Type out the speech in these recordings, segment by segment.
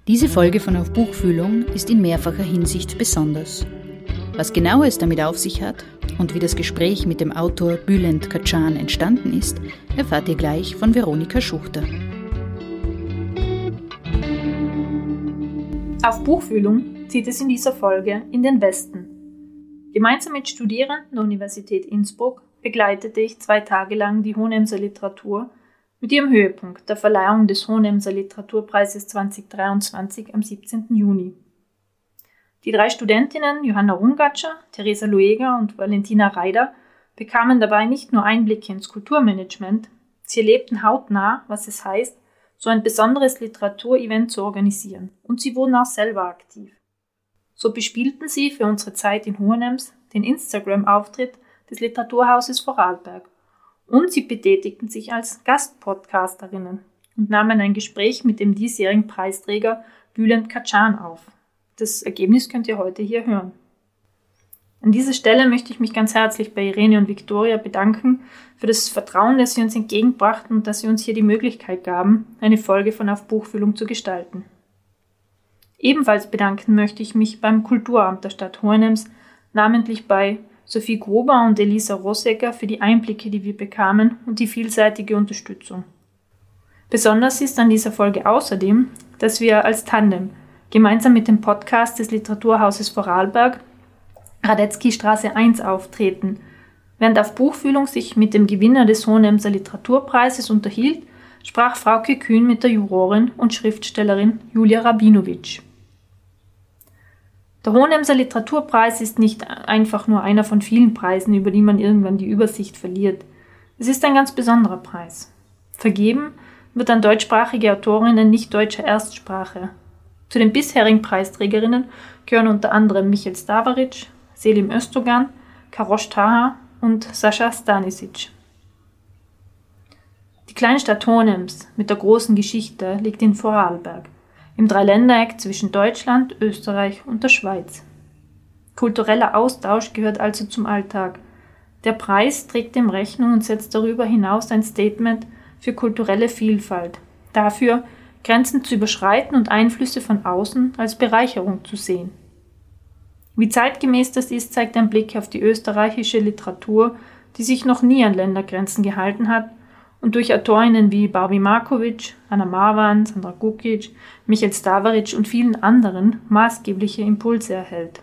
Diese Folge von Auf Buchfühlung ist in mehrfacher Hinsicht besonders. Was genau es damit auf sich hat und wie das Gespräch mit dem Autor Bülent Kaçan entstanden ist, erfahrt ihr gleich von Veronika Schuchter. Auf Buchfühlung zieht es in dieser Folge in den Westen. Gemeinsam mit Studierenden der Universität Innsbruck begleitete ich 2 Tage lang die Hohenemser Literatur mit ihrem Höhepunkt, der Verleihung des Hohenemser Literaturpreises 2023 am 17. Juni. Die 3 Studentinnen Johanna Rungatscher, Theresa Lueger und Valentina Reider bekamen dabei nicht nur Einblicke ins Kulturmanagement, sie erlebten hautnah, was es heißt, so ein besonderes Literaturevent zu organisieren, und sie wurden auch selber aktiv. So bespielten sie für unsere Zeit in Hohenems den Instagram-Auftritt des Literaturhauses Vorarlberg und sie betätigten sich als Gastpodcasterinnen und nahmen ein Gespräch mit dem diesjährigen Preisträger Bülent Kaçan auf. Das Ergebnis könnt ihr heute hier hören. An dieser Stelle möchte ich mich ganz herzlich bei Irene und Viktoria bedanken für das Vertrauen, das sie uns entgegenbrachten und dass sie uns hier die Möglichkeit gaben, eine Folge von Auf Buchfühlung zu gestalten. Ebenfalls bedanken möchte ich mich beim Kulturamt der Stadt Hohenems, namentlich bei Sophie Gruber und Elisa Rosegger für die Einblicke, die wir bekamen und die vielseitige Unterstützung. Besonders ist an dieser Folge außerdem, dass wir als Tandem gemeinsam mit dem Podcast des Literaturhauses Vorarlberg Radetzky-Straße 1 auftreten. Während Auf Buchfühlung sich mit dem Gewinner des Hohenemser Literaturpreises unterhielt, sprach Frauke Kühn mit der Jurorin und Schriftstellerin Julia Rabinowitsch. Der Hohenemser Literaturpreis ist nicht einfach nur einer von vielen Preisen, über die man irgendwann die Übersicht verliert. Es ist ein ganz besonderer Preis. Vergeben wird an deutschsprachige Autorinnen nicht deutscher Erstsprache. Zu den bisherigen Preisträgerinnen gehören unter anderem Michel Stavaric, Selim Özdogan, Karosh Taha und Sascha Stanisic. Die Kleinstadt Hohenems mit der großen Geschichte liegt in Vorarlberg, im Dreiländereck zwischen Deutschland, Österreich und der Schweiz. Kultureller Austausch gehört also zum Alltag. Der Preis trägt dem Rechnung und setzt darüber hinaus ein Statement für kulturelle Vielfalt, dafür, Grenzen zu überschreiten und Einflüsse von außen als Bereicherung zu sehen. Wie zeitgemäß das ist, zeigt ein Blick auf die österreichische Literatur, die sich noch nie an Ländergrenzen gehalten hat und durch Autorinnen wie Barbie Markovic, Anna Marwan, Sandra Gukic, Michel Stavaric und vielen anderen maßgebliche Impulse erhält.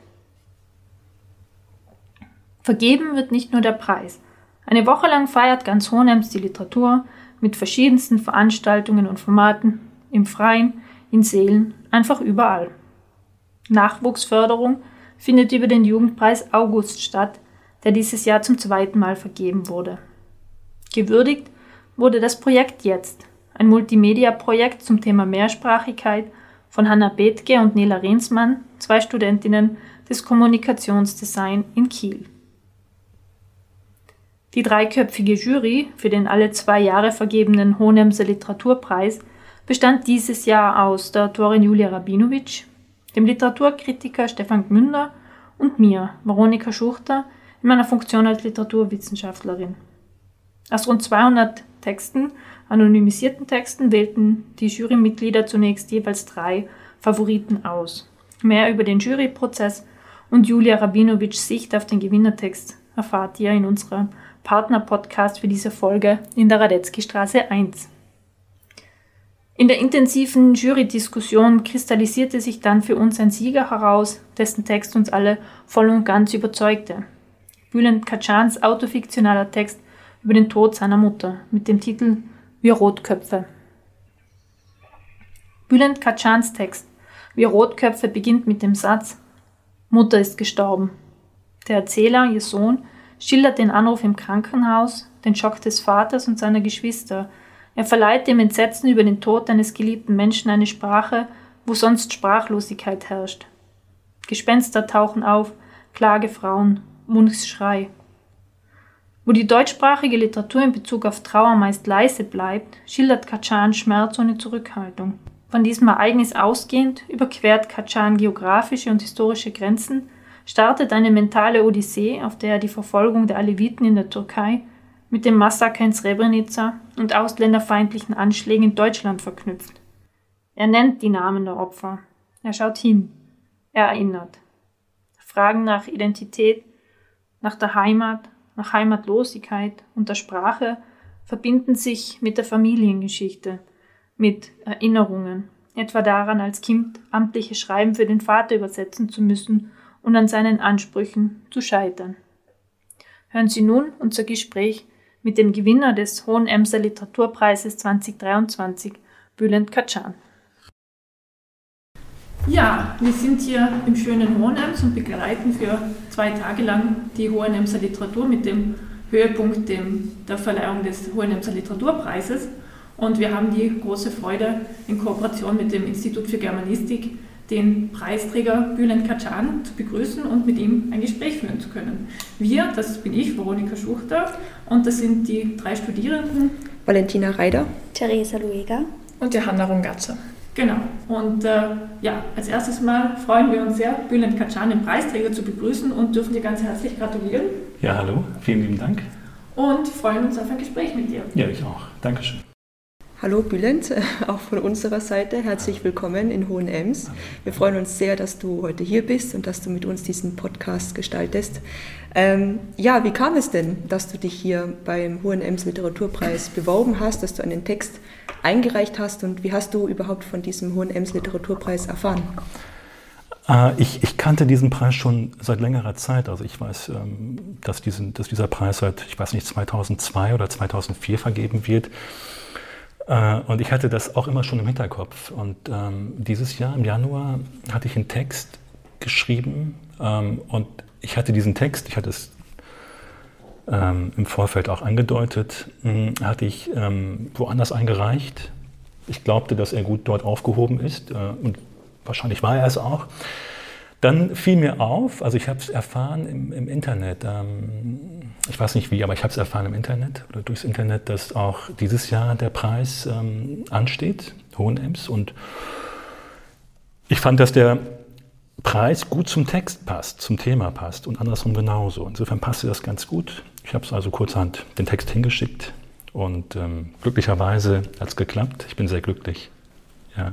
Vergeben wird nicht nur der Preis. Eine Woche lang feiert ganz Hohenems die Literatur mit verschiedensten Veranstaltungen und Formaten, im Freien, in Sälen, einfach überall. Nachwuchsförderung findet über den Jugendpreis August statt, der dieses Jahr zum 2. Mal vergeben wurde. Gewürdigt wurde das Projekt Jetzt, ein Multimedia-Projekt zum Thema Mehrsprachigkeit von Hanna Bethke und Nela Rehnsmann, 2 Studentinnen des Kommunikationsdesign in Kiel. Die 3-köpfige Jury für den alle 2 Jahre vergebenen Hohenemser Literaturpreis bestand dieses Jahr aus der Autorin Julia Rabinowitsch, dem Literaturkritiker Stefan Gmünder und mir, Veronika Schuchter, in meiner Funktion als Literaturwissenschaftlerin. Aus rund 200 Texten, anonymisierten Texten, wählten die Jurymitglieder zunächst jeweils 3 Favoriten aus. Mehr über den Juryprozess und Julia Rabinowitschs Sicht auf den Gewinnertext erfahrt ihr in unserem Partner-Podcast für diese Folge in der Radetzky-Straße 1. In der intensiven Jury-Diskussion kristallisierte sich dann für uns ein Sieger heraus, dessen Text uns alle voll und ganz überzeugte. Bülent Kaçans autofiktionaler Text über den Tod seiner Mutter mit dem Titel Wir Rotköpfe. Bülent Kaçans Text Wir Rotköpfe beginnt mit dem Satz: Mutter ist gestorben. Der Erzähler, ihr Sohn, schildert den Anruf im Krankenhaus, den Schock des Vaters und seiner Geschwister. Er verleiht dem Entsetzen über den Tod eines geliebten Menschen eine Sprache, wo sonst Sprachlosigkeit herrscht. Gespenster tauchen auf, Klagefrauen, Mönchsschrei. Wo die deutschsprachige Literatur in Bezug auf Trauer meist leise bleibt, schildert Kaçan Schmerz ohne Zurückhaltung. Von diesem Ereignis ausgehend überquert Kaçan geografische und historische Grenzen, startet eine mentale Odyssee, auf der er die Verfolgung der Aleviten in der Türkei mit dem Massaker in Srebrenica und ausländerfeindlichen Anschlägen in Deutschland verknüpft. Er nennt die Namen der Opfer. Er schaut hin. Er erinnert. Fragen nach Identität, nach der Heimat, nach Heimatlosigkeit und der Sprache verbinden sich mit der Familiengeschichte, mit Erinnerungen, etwa daran, als Kind amtliche Schreiben für den Vater übersetzen zu müssen und an seinen Ansprüchen zu scheitern. Hören Sie nun unser Gespräch mit dem Gewinner des Hohenemser Literaturpreises 2023, Bülent Kaçan. Ja, wir sind hier im schönen Hohenems und begleiten für 2 Tage lang die Hohenemser Literatur mit dem Höhepunkt der Verleihung des Hohenemser Literaturpreises. Und wir haben die große Freude, in Kooperation mit dem Institut für Germanistik den Preisträger Bülent Kaçan zu begrüßen und mit ihm ein Gespräch führen zu können. Wir, das bin ich, Veronika Schuchter, und das sind die 3 Studierenden. Valentina Reider, Teresa Luega und Johanna Rungatzer. Genau. Und als erstes Mal freuen wir uns sehr, Bülent Kaçan, den Preisträger, zu begrüßen und dürfen dir ganz herzlich gratulieren. Ja, hallo, vielen lieben Dank. Und freuen uns auf ein Gespräch mit dir. Ja, ich auch. Dankeschön. hallo Bülent, auch von unserer Seite herzlich willkommen in Hohenems. Wir freuen uns sehr, dass du heute hier bist und dass du mit uns diesen Podcast gestaltest. Wie kam es denn, dass du dich hier beim Hohenems Literaturpreis beworben hast, dass du einen Text eingereicht hast und wie hast du überhaupt von diesem Hohenems Literaturpreis erfahren? Ich kannte diesen Preis schon seit längerer Zeit. Also ich weiß, dass dieser Preis seit, 2002 oder 2004 vergeben wird. Und ich hatte das auch immer schon im Hinterkopf. Und dieses Jahr, im Januar, hatte ich einen Text geschrieben. Und ich hatte diesen Text, ich hatte es im Vorfeld auch angedeutet, hatte ich woanders eingereicht. Ich glaubte, dass er gut dort aufgehoben ist. Und wahrscheinlich war er es auch. Dann fiel mir auf, also ich habe es erfahren im Internet, ich weiß nicht wie, aber ich habe es erfahren im Internet oder durchs Internet, dass auch dieses Jahr der Preis ansteht, Hohenems. Und ich fand, dass der Preis gut zum Text passt, zum Thema passt und andersrum genauso. Insofern passte das ganz gut. Ich habe es also kurzerhand den Text hingeschickt und glücklicherweise hat es geklappt. Ich bin sehr glücklich. Ja.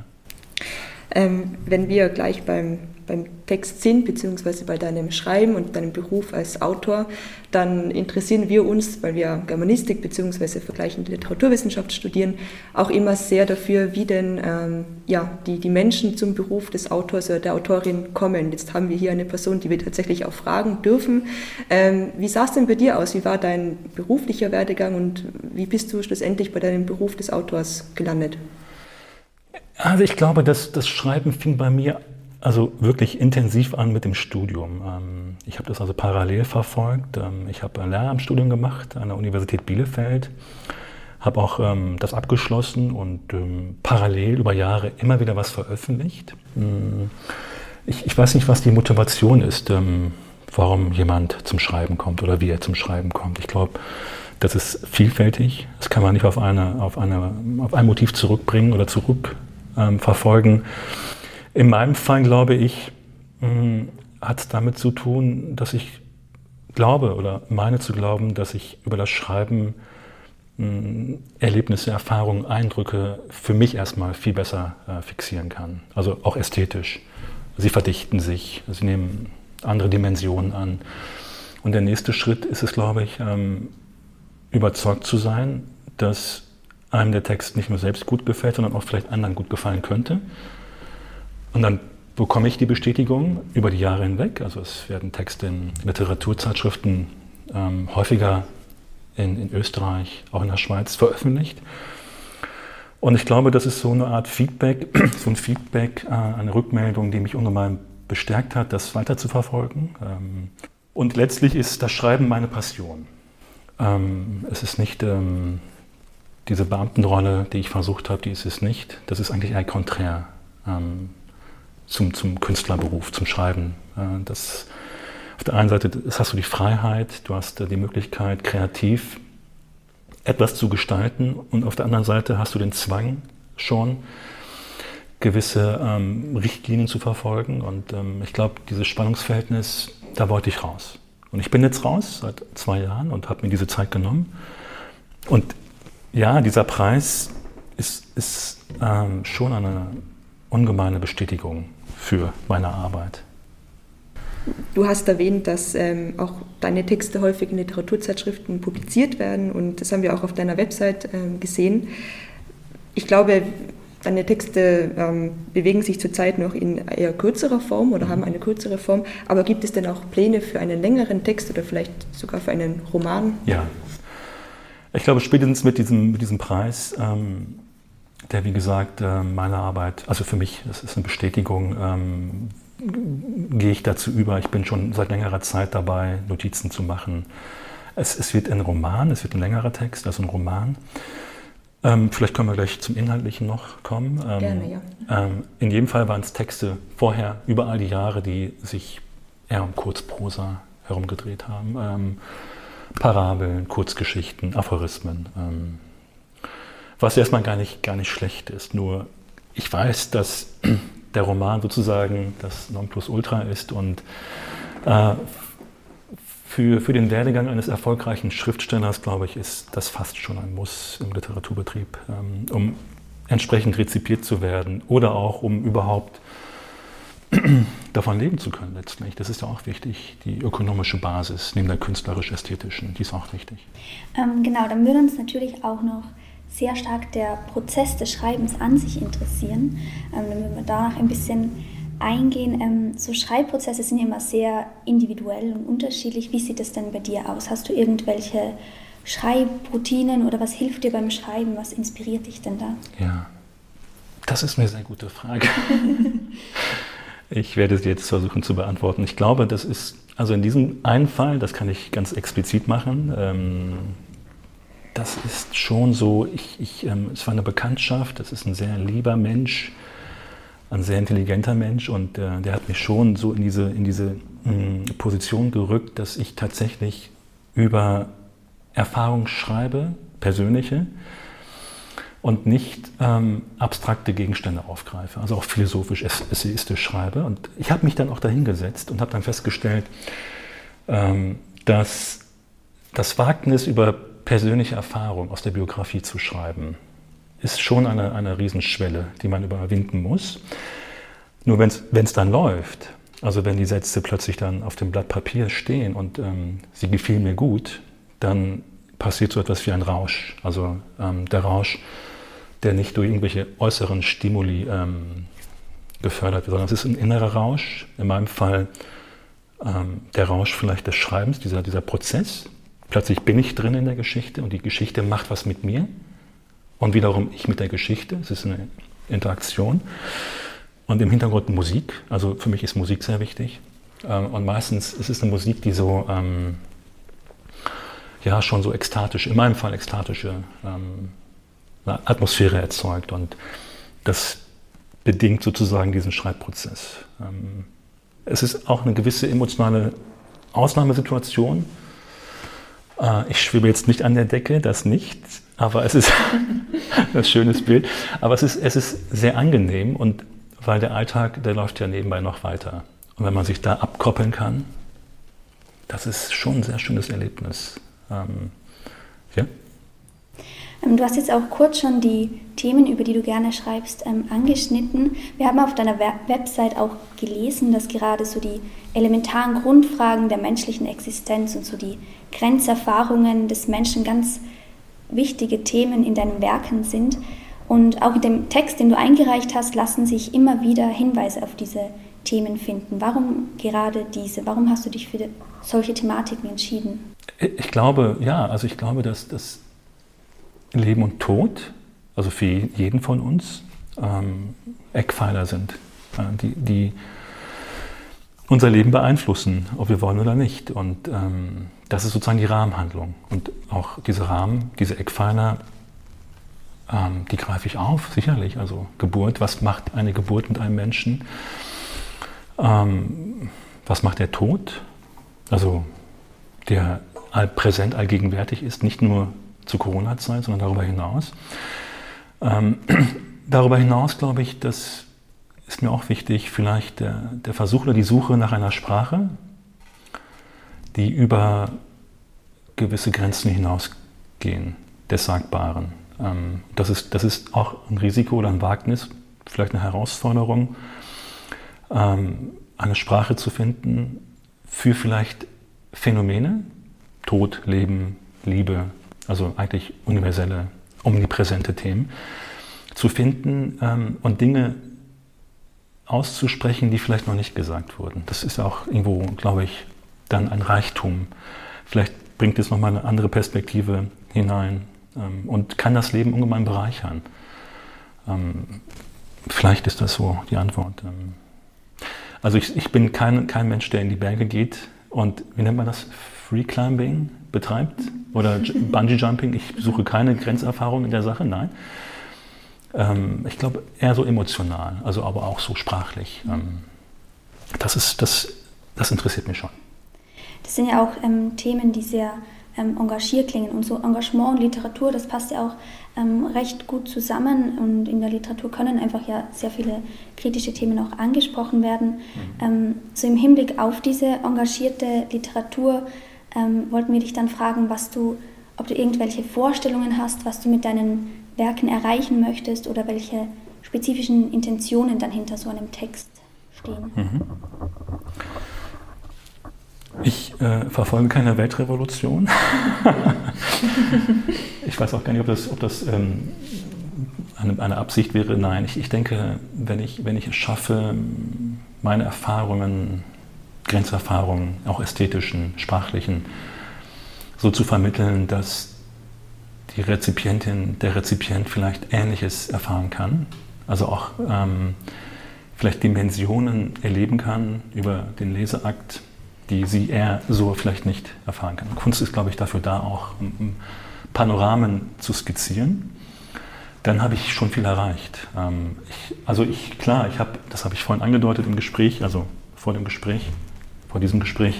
Wenn wir gleich beim Text sind, beziehungsweise bei deinem Schreiben und deinem Beruf als Autor, dann interessieren wir uns, weil wir Germanistik bzw. vergleichende Literaturwissenschaft studieren, auch immer sehr dafür, wie denn die Menschen zum Beruf des Autors oder der Autorin kommen. Jetzt haben wir hier eine Person, die wir tatsächlich auch fragen dürfen. Wie sah es denn bei dir aus? Wie war dein beruflicher Werdegang und wie bist du schlussendlich bei deinem Beruf des Autors gelandet? Also ich glaube, dass das Schreiben fing bei mir also wirklich intensiv an mit dem Studium. Ich habe das also parallel verfolgt. Ich habe ein Lehramtsstudium gemacht an der Universität Bielefeld, habe auch das abgeschlossen und parallel über Jahre immer wieder was veröffentlicht. Ich weiß nicht, was die Motivation ist, warum jemand zum Schreiben kommt oder wie er zum Schreiben kommt. Ich glaube, das ist vielfältig. Das kann man nicht auf ein Motiv zurückbringen oder zurückverfolgen. In meinem Fall, glaube ich, hat es damit zu tun, dass ich glaube oder meine zu glauben, dass ich über das Schreiben Erlebnisse, Erfahrungen, Eindrücke für mich erstmal viel besser fixieren kann. Also auch ästhetisch. Sie verdichten sich, sie nehmen andere Dimensionen an. Und der nächste Schritt ist es, glaube ich, überzeugt zu sein, dass einem der Text nicht nur selbst gut gefällt, sondern auch vielleicht anderen gut gefallen könnte. Und dann bekomme ich die Bestätigung über die Jahre hinweg. Also es werden Texte in Literaturzeitschriften häufiger in Österreich, auch in der Schweiz veröffentlicht. Und ich glaube, das ist so eine Art Feedback, eine Rückmeldung, die mich unnormal bestärkt hat, das weiter zu verfolgen. Und letztlich ist das Schreiben meine Passion. Es ist nicht diese Beamtenrolle, die ich versucht habe, die ist es nicht. Das ist eigentlich eher konträr zum Künstlerberuf, zum Schreiben. Auf der einen Seite hast du die Freiheit, du hast die Möglichkeit, kreativ etwas zu gestalten und auf der anderen Seite hast du den Zwang schon, gewisse Richtlinien zu verfolgen und ich glaube, dieses Spannungsverhältnis, da wollte ich raus. Und ich bin jetzt raus seit 2 Jahren und habe mir diese Zeit genommen. Und ja, dieser Preis ist schon eine ungemeine Bestätigung für meine Arbeit. Du hast erwähnt, dass auch deine Texte häufig in Literaturzeitschriften publiziert werden und das haben wir auch auf deiner Website gesehen. Ich glaube, deine Texte bewegen sich zurzeit noch in eher kürzerer Form oder haben eine kürzere Form, aber gibt es denn auch Pläne für einen längeren Text oder vielleicht sogar für einen Roman? Ja, ich glaube spätestens mit diesem Preis, der wie gesagt meine Arbeit, also für mich, das ist eine Bestätigung, gehe ich dazu über. Ich bin schon seit längerer Zeit dabei, Notizen zu machen. Es wird ein Roman, es wird ein längerer Text, also ein Roman. Vielleicht können wir gleich zum Inhaltlichen noch kommen. Gerne, ja. In jedem Fall waren es Texte vorher, über all die Jahre, die sich eher um Kurzprosa herumgedreht haben. Parabeln, Kurzgeschichten, Aphorismen. Was erstmal gar nicht schlecht ist. Nur ich weiß, dass der Roman sozusagen das Nonplusultra ist und für den Werdegang eines erfolgreichen Schriftstellers, glaube ich, ist das fast schon ein Muss im Literaturbetrieb, um entsprechend rezipiert zu werden oder auch um überhaupt davon leben zu können letztlich. Das ist ja auch wichtig, die ökonomische Basis neben der künstlerisch-ästhetischen, die ist auch wichtig. Genau, dann würde uns natürlich auch noch sehr stark der Prozess des Schreibens an sich interessieren. Dann würden wir danach ein bisschen eingehen. So Schreibprozesse sind ja immer sehr individuell und unterschiedlich. Wie sieht es denn bei dir aus? Hast du irgendwelche Schreibroutinen oder was hilft dir beim Schreiben? Was inspiriert dich denn da? Ja, das ist eine sehr gute Frage. Ich werde sie jetzt versuchen zu beantworten. Ich glaube, das ist, also in diesem einen Fall, das kann ich ganz explizit machen, das ist schon so, es war eine Bekanntschaft, das ist ein sehr lieber Mensch, ein sehr intelligenter Mensch und der hat mich schon so in diese Position gerückt, dass ich tatsächlich über Erfahrungen schreibe, persönliche, und nicht abstrakte Gegenstände aufgreife, also auch philosophisch, essayistisch schreibe. Und ich habe mich dann auch dahingesetzt und habe dann festgestellt, dass das Wagnis über persönliche Erfahrung aus der Biografie zu schreiben, ist schon eine Riesenschwelle, die man überwinden muss. Nur wenn es dann läuft, also wenn die Sätze plötzlich dann auf dem Blatt Papier stehen und sie gefielen mir gut, dann passiert so etwas wie ein Rausch. Also der Rausch, der nicht durch irgendwelche äußeren Stimuli gefördert wird, sondern es ist ein innerer Rausch. In meinem Fall der Rausch vielleicht des Schreibens, dieser Prozess. Plötzlich bin ich drin in der Geschichte und die Geschichte macht was mit mir und wiederum ich mit der Geschichte. Es ist eine Interaktion. Und im Hintergrund Musik. Also für mich ist Musik sehr wichtig. Und meistens ist es eine Musik, die so, ja, schon so ekstatisch, in meinem Fall ekstatische Atmosphäre erzeugt. Und das bedingt sozusagen diesen Schreibprozess. Es ist auch eine gewisse emotionale Ausnahmesituation. Ich schwebe jetzt nicht an der Decke, das nicht, aber es ist ein schönes Bild. Aber es ist sehr angenehm und weil der Alltag, der läuft ja nebenbei noch weiter. Und wenn man sich da abkoppeln kann, das ist schon ein sehr schönes Erlebnis. Ja? Du hast jetzt auch kurz schon die Themen, über die du gerne schreibst, angeschnitten. Wir haben auf deiner Website auch gelesen, dass gerade so die elementaren Grundfragen der menschlichen Existenz und so die Grenzerfahrungen des Menschen ganz wichtige Themen in deinen Werken sind. Und auch in dem Text, den du eingereicht hast, lassen sich immer wieder Hinweise auf diese Themen finden. Warum gerade diese? Warum hast du dich für solche Thematiken entschieden? Ich glaube, dass das Leben und Tod, also für jeden von uns, Eckpfeiler sind, die unser Leben beeinflussen, ob wir wollen oder nicht. Und das ist sozusagen die Rahmenhandlung. Und auch diese Rahmen, diese Eckpfeiler, die greife ich auf, sicherlich. Also Geburt, was macht eine Geburt mit einem Menschen? Was macht der Tod? Also der allpräsent, allgegenwärtig ist, nicht nur zur Corona-Zeit, sondern darüber hinaus. Darüber hinaus, glaube ich, das ist mir auch wichtig, vielleicht der Versuch oder die Suche nach einer Sprache, die über gewisse Grenzen hinausgehen, des Sagbaren. Das ist auch ein Risiko oder ein Wagnis, vielleicht eine Herausforderung, eine Sprache zu finden für vielleicht Phänomene, Tod, Leben, Liebe, also eigentlich universelle, omnipräsente Themen, zu finden und Dinge auszusprechen, die vielleicht noch nicht gesagt wurden. Das ist auch irgendwo, glaube ich, dann ein Reichtum. Vielleicht bringt es nochmal eine andere Perspektive hinein und kann das Leben ungemein bereichern. Vielleicht ist das so die Antwort. Also ich bin kein Mensch, der in die Berge geht und, wie nennt man das, Free Climbing betreibt oder Bungee Jumping. Ich suche keine Grenzerfahrung in der Sache, nein. Ich glaube eher so emotional, also aber auch so sprachlich. Das interessiert mich schon. Das sind ja auch Themen, die sehr engagiert klingen. Und so Engagement und Literatur, das passt ja auch recht gut zusammen. Und in der Literatur können einfach ja sehr viele kritische Themen auch angesprochen werden. So im Hinblick auf diese engagierte Literatur wollten wir dich dann fragen, ob du irgendwelche Vorstellungen hast, was du mit deinen Werken erreichen möchtest oder welche spezifischen Intentionen dann hinter so einem Text stehen. Ich verfolge keine Weltrevolution. Ich weiß auch gar nicht, ob das eine Absicht wäre. Nein, ich denke, wenn ich es schaffe, meine Erfahrungen, Grenzerfahrungen, auch ästhetischen, sprachlichen, so zu vermitteln, dass die Rezipientin, der Rezipient vielleicht Ähnliches erfahren kann, also auch vielleicht Dimensionen erleben kann über den Leseakt, die er so vielleicht nicht erfahren kann. Kunst ist, glaube ich, dafür da, auch Panoramen zu skizzieren. Dann habe ich schon viel erreicht. Das habe ich vorhin angedeutet im Gespräch, also vor diesem Gespräch.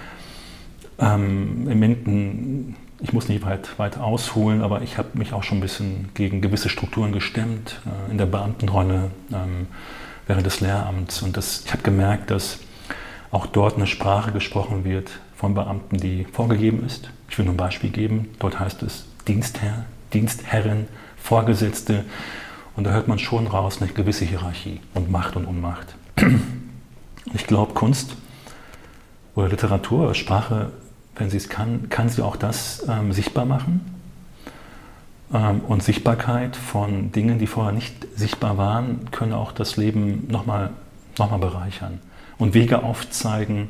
Ich muss nicht weit ausholen, aber ich habe mich auch schon ein bisschen gegen gewisse Strukturen gestemmt, in der Beamtenrolle, während des Lehramts. Und ich habe gemerkt, dass auch dort eine Sprache gesprochen wird von Beamten, die vorgegeben ist. Ich will nur ein Beispiel geben. Dort heißt es Dienstherr, Dienstherrin, Vorgesetzte. Und da hört man schon raus eine gewisse Hierarchie und Macht und Unmacht. Ich glaube, Kunst oder Literatur oder Sprache, wenn sie es kann sie auch das sichtbar machen. Und Sichtbarkeit von Dingen, die vorher nicht sichtbar waren, können auch das Leben nochmal bereichern. Und Wege aufzeigen,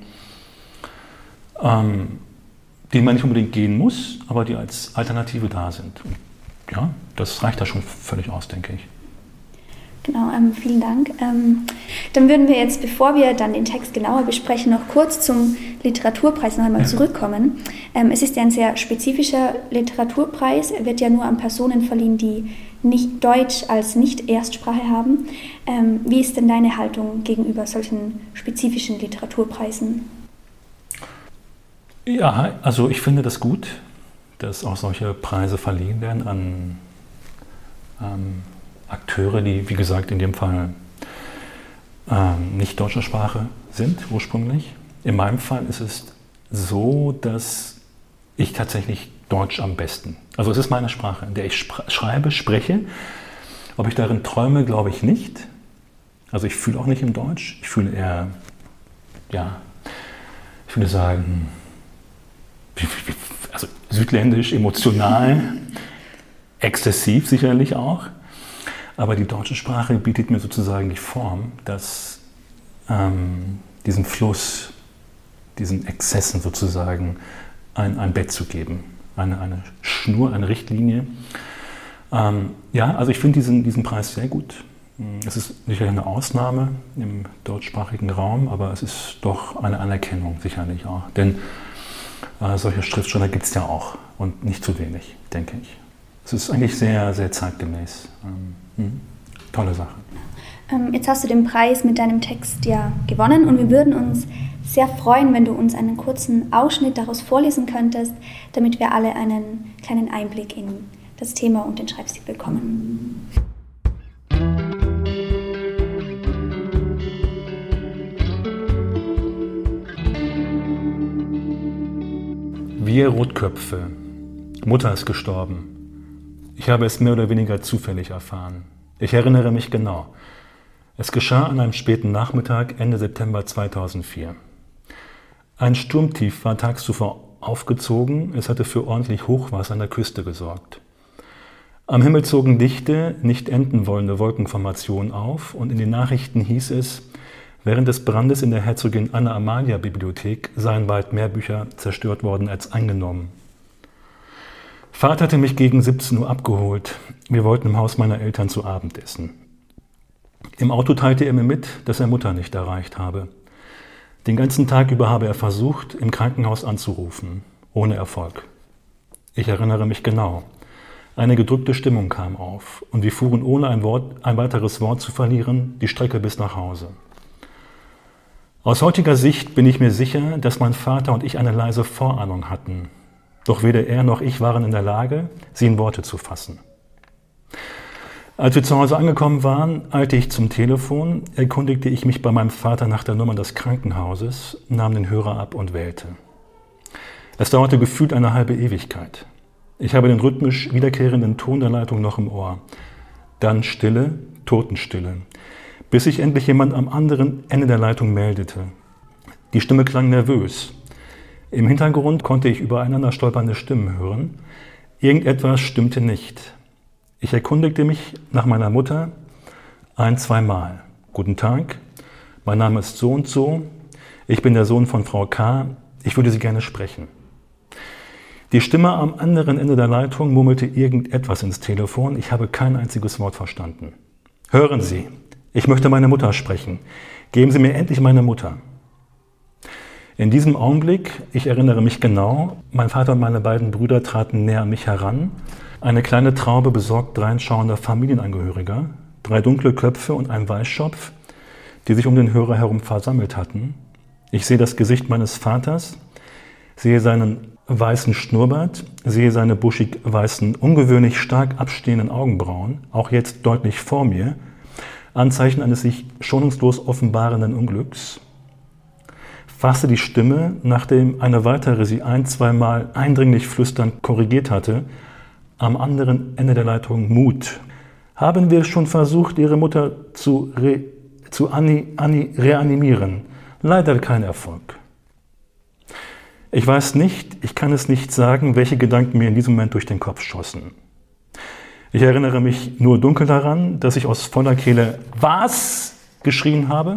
die man nicht unbedingt gehen muss, aber die als Alternative da sind. Und ja, das reicht da schon völlig aus, denke ich. Genau, vielen Dank. Dann würden wir jetzt, bevor wir dann den Text genauer besprechen, noch kurz zum Literaturpreis noch einmal zurückkommen. Es ist ja ein sehr spezifischer Literaturpreis. Er wird ja nur an Personen verliehen, die nicht Deutsch als Nicht-Erstsprache haben. Wie ist denn deine Haltung gegenüber solchen spezifischen Literaturpreisen? Ja, also ich finde das gut, dass auch solche Preise verliehen werden an Akteure, die, wie gesagt, in dem Fall nicht deutscher Sprache sind ursprünglich. In meinem Fall ist es so, dass ich tatsächlich Deutsch am besten, also es ist meine Sprache, in der ich schreibe, spreche. Ob ich darin träume, glaube ich nicht. Also ich fühle auch nicht im Deutsch. Ich fühle eher, ich würde sagen, also südländisch, emotional, exzessiv sicherlich auch. Aber die deutsche Sprache bietet mir sozusagen die Form, dass diesem Fluss, diesen Exzessen sozusagen ein Bett zu geben, eine Schnur, eine Richtlinie. Also ich finde diesen Preis sehr gut. Es ist sicherlich eine Ausnahme im deutschsprachigen Raum, aber es ist doch eine Anerkennung sicherlich auch. Denn solche Schriftsteller gibt es ja auch und nicht zu wenig, denke ich. Es ist eigentlich sehr, sehr zeitgemäß. Tolle Sache. Jetzt hast du den Preis mit deinem Text ja gewonnen und wir würden uns sehr freuen, wenn du uns einen kurzen Ausschnitt daraus vorlesen könntest, damit wir alle einen kleinen Einblick in das Thema und den Schreibstil bekommen. Wir Rotköpfe. Mutter ist gestorben. Ich habe es mehr oder weniger zufällig erfahren. Ich erinnere mich genau. Es geschah an einem späten Nachmittag Ende September 2004. Ein Sturmtief war tags zuvor aufgezogen, es hatte für ordentlich Hochwasser an der Küste gesorgt. Am Himmel zogen dichte, nicht enden wollende Wolkenformationen auf und in den Nachrichten hieß es, während des Brandes in der Herzogin Anna-Amalia-Bibliothek seien weit mehr Bücher zerstört worden als eingenommen. Vater hatte mich gegen 17 Uhr abgeholt. Wir wollten im Haus meiner Eltern zu Abend essen. Im Auto teilte er mir mit, dass er Mutter nicht erreicht habe. Den ganzen Tag über habe er versucht, im Krankenhaus anzurufen, ohne Erfolg. Ich erinnere mich genau. Eine gedrückte Stimmung kam auf und wir fuhren ohne ein weiteres Wort zu verlieren die Strecke bis nach Hause. Aus heutiger Sicht bin ich mir sicher, dass mein Vater und ich eine leise Vorahnung hatten. Doch weder er noch ich waren in der Lage, sie in Worte zu fassen. Als wir zu Hause angekommen waren, eilte ich zum Telefon, erkundigte ich mich bei meinem Vater nach der Nummer des Krankenhauses, nahm den Hörer ab und wählte. Es dauerte gefühlt eine halbe Ewigkeit. Ich habe den rhythmisch wiederkehrenden Ton der Leitung noch im Ohr. Dann Stille, Totenstille, bis sich endlich jemand am anderen Ende der Leitung meldete. Die Stimme klang nervös. Im Hintergrund konnte ich übereinander stolpernde Stimmen hören. Irgendetwas stimmte nicht. Ich erkundigte mich nach meiner Mutter 1-2 Mal. Guten Tag, mein Name ist so und so. Ich bin der Sohn von Frau K. Ich würde Sie gerne sprechen. Die Stimme am anderen Ende der Leitung murmelte irgendetwas ins Telefon. Ich habe kein einziges Wort verstanden. Hören Sie, ich möchte meine Mutter sprechen. Geben Sie mir endlich meine Mutter. In diesem Augenblick, ich erinnere mich genau, mein Vater und meine beiden Brüder traten näher an mich heran. Eine kleine Traube besorgt dreinschauender Familienangehöriger, 3 dunkle Köpfe und ein Weißschopf, die sich um den Hörer herum versammelt hatten. Ich sehe das Gesicht meines Vaters, sehe seinen weißen Schnurrbart, sehe seine buschig weißen, ungewöhnlich stark abstehenden Augenbrauen, auch jetzt deutlich vor mir, Anzeichen eines sich schonungslos offenbarenden Unglücks. Fasste die Stimme, nachdem eine weitere sie 1-2 Mal eindringlich flüsternd korrigiert hatte, am anderen Ende der Leitung Mut. Haben wir schon versucht, Ihre Mutter zu reanimieren? Leider kein Erfolg. Ich weiß nicht, ich kann es nicht sagen, welche Gedanken mir in diesem Moment durch den Kopf schossen. Ich erinnere mich nur dunkel daran, dass ich aus voller Kehle „Was?" geschrien habe.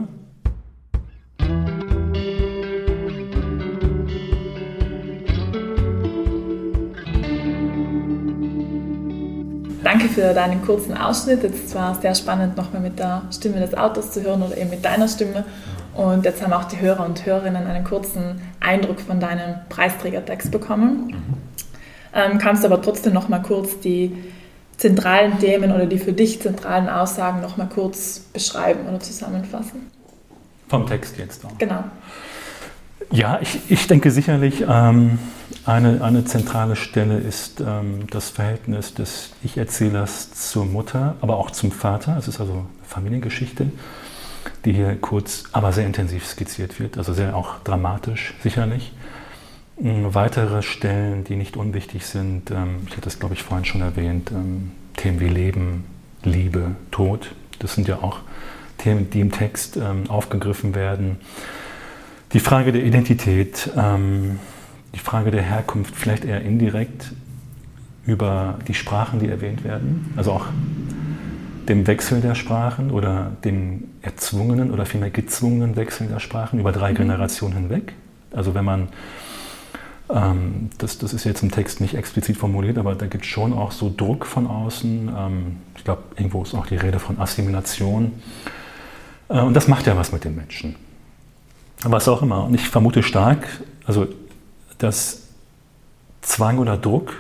Danke für deinen kurzen Ausschnitt. Jetzt war es sehr spannend, nochmal mit der Stimme des Autors zu hören oder eben mit deiner Stimme. Und jetzt haben auch die Hörer und Hörerinnen einen kurzen Eindruck von deinem Preisträgertext bekommen. Kannst du aber trotzdem nochmal kurz die zentralen Themen oder die für dich zentralen Aussagen nochmal kurz beschreiben oder zusammenfassen? Vom Text jetzt auch. Genau. Ja, ich denke sicherlich, eine zentrale Stelle ist das Verhältnis des Ich-Erzählers zur Mutter, aber auch zum Vater. Es ist also eine Familiengeschichte, die hier kurz, aber sehr intensiv skizziert wird, also sehr auch dramatisch sicherlich. Weitere Stellen, die nicht unwichtig sind, ich hatte das glaube ich vorhin schon erwähnt, Themen wie Leben, Liebe, Tod, das sind ja auch Themen, die im Text aufgegriffen werden. Die Frage der Identität, die Frage der Herkunft, vielleicht eher indirekt über die Sprachen, die erwähnt werden, also auch dem Wechsel der Sprachen oder dem erzwungenen oder vielmehr gezwungenen Wechsel der Sprachen über 3 Generationen hinweg. Also wenn man, das ist jetzt im Text nicht explizit formuliert, aber da gibt es schon auch so Druck von außen. Ich glaube, irgendwo ist auch die Rede von Assimilation. Und das macht ja was mit den Menschen. Was auch immer. Und ich vermute stark, also dass Zwang oder Druck